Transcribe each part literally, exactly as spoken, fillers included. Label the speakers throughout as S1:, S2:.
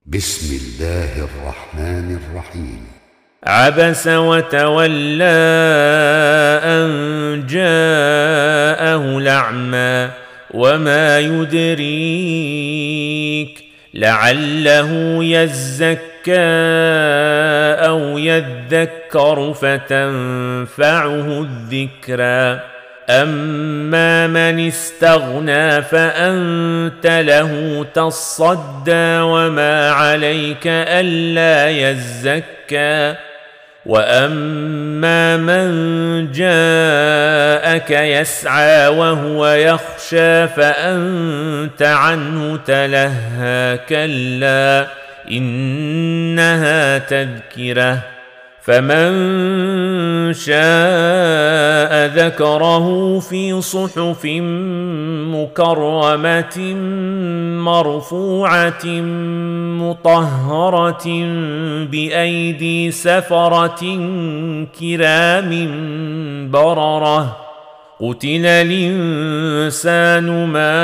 S1: بسم الله الرحمن الرحيم.
S2: عبس وتولى أن جاءه الأعمى وما يدريك لعله يزكى أو يذكر فتنفعه الذكرى أما من استغنى فأنت له تصدى وما عليك ألا يزكى وأما من جاءك يسعى وهو يخشى فأنت عنه تلهى كلا إنها تذكرة فمن شاء ذكره في صحف مكرمة مرفوعة مطهرة بأيدي سفرة كرام بررة قتل الإنسان ما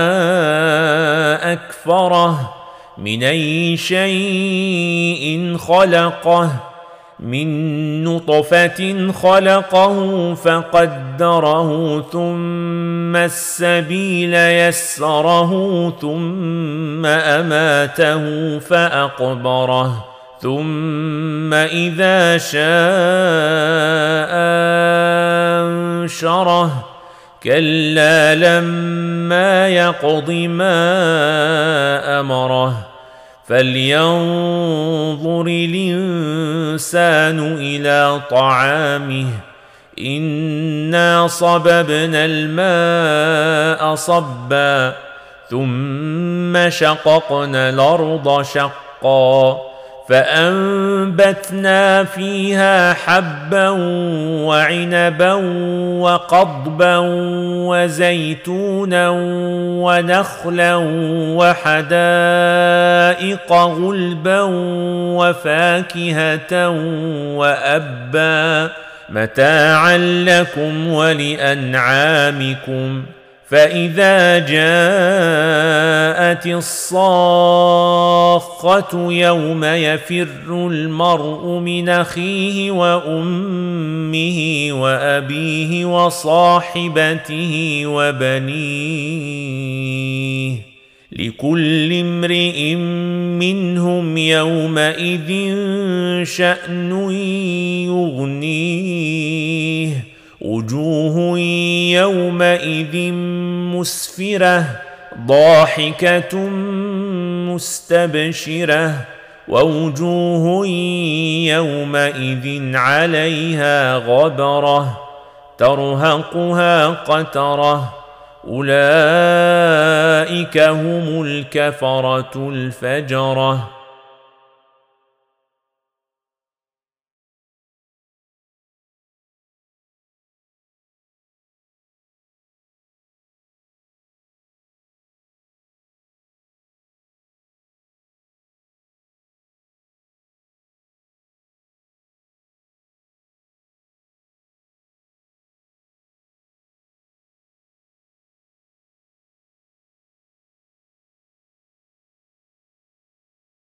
S2: أكفره من أي شيء خلقه من نطفة خلقه فقدره ثم السبيل يسره ثم أماته فأقبره ثم إذا شاء أنشره كلا لما يقض ما أمره فلينظر الإنسان إلى طعامه إنا صببنا الماء صبا ثم شققنا الأرض شقا فأنبتنا فيها حبا وعنبا وقضبا وزيتونا ونخلا وحدائق غلبا وفاكهة وأبا متاعا لكم ولأنعامكم فإذا جاءت الصاخة يوم يفر المرء من أخيه وأمه وأبيه وصاحبته وبنيه لكل امرئ منهم يومئذ شأن يغنيه وجوه يومئذ مسفرة ضاحكة مستبشرة ووجوه يومئذ عليها غبرة ترهقها قترة أولئك هم الكفرة الفجرة.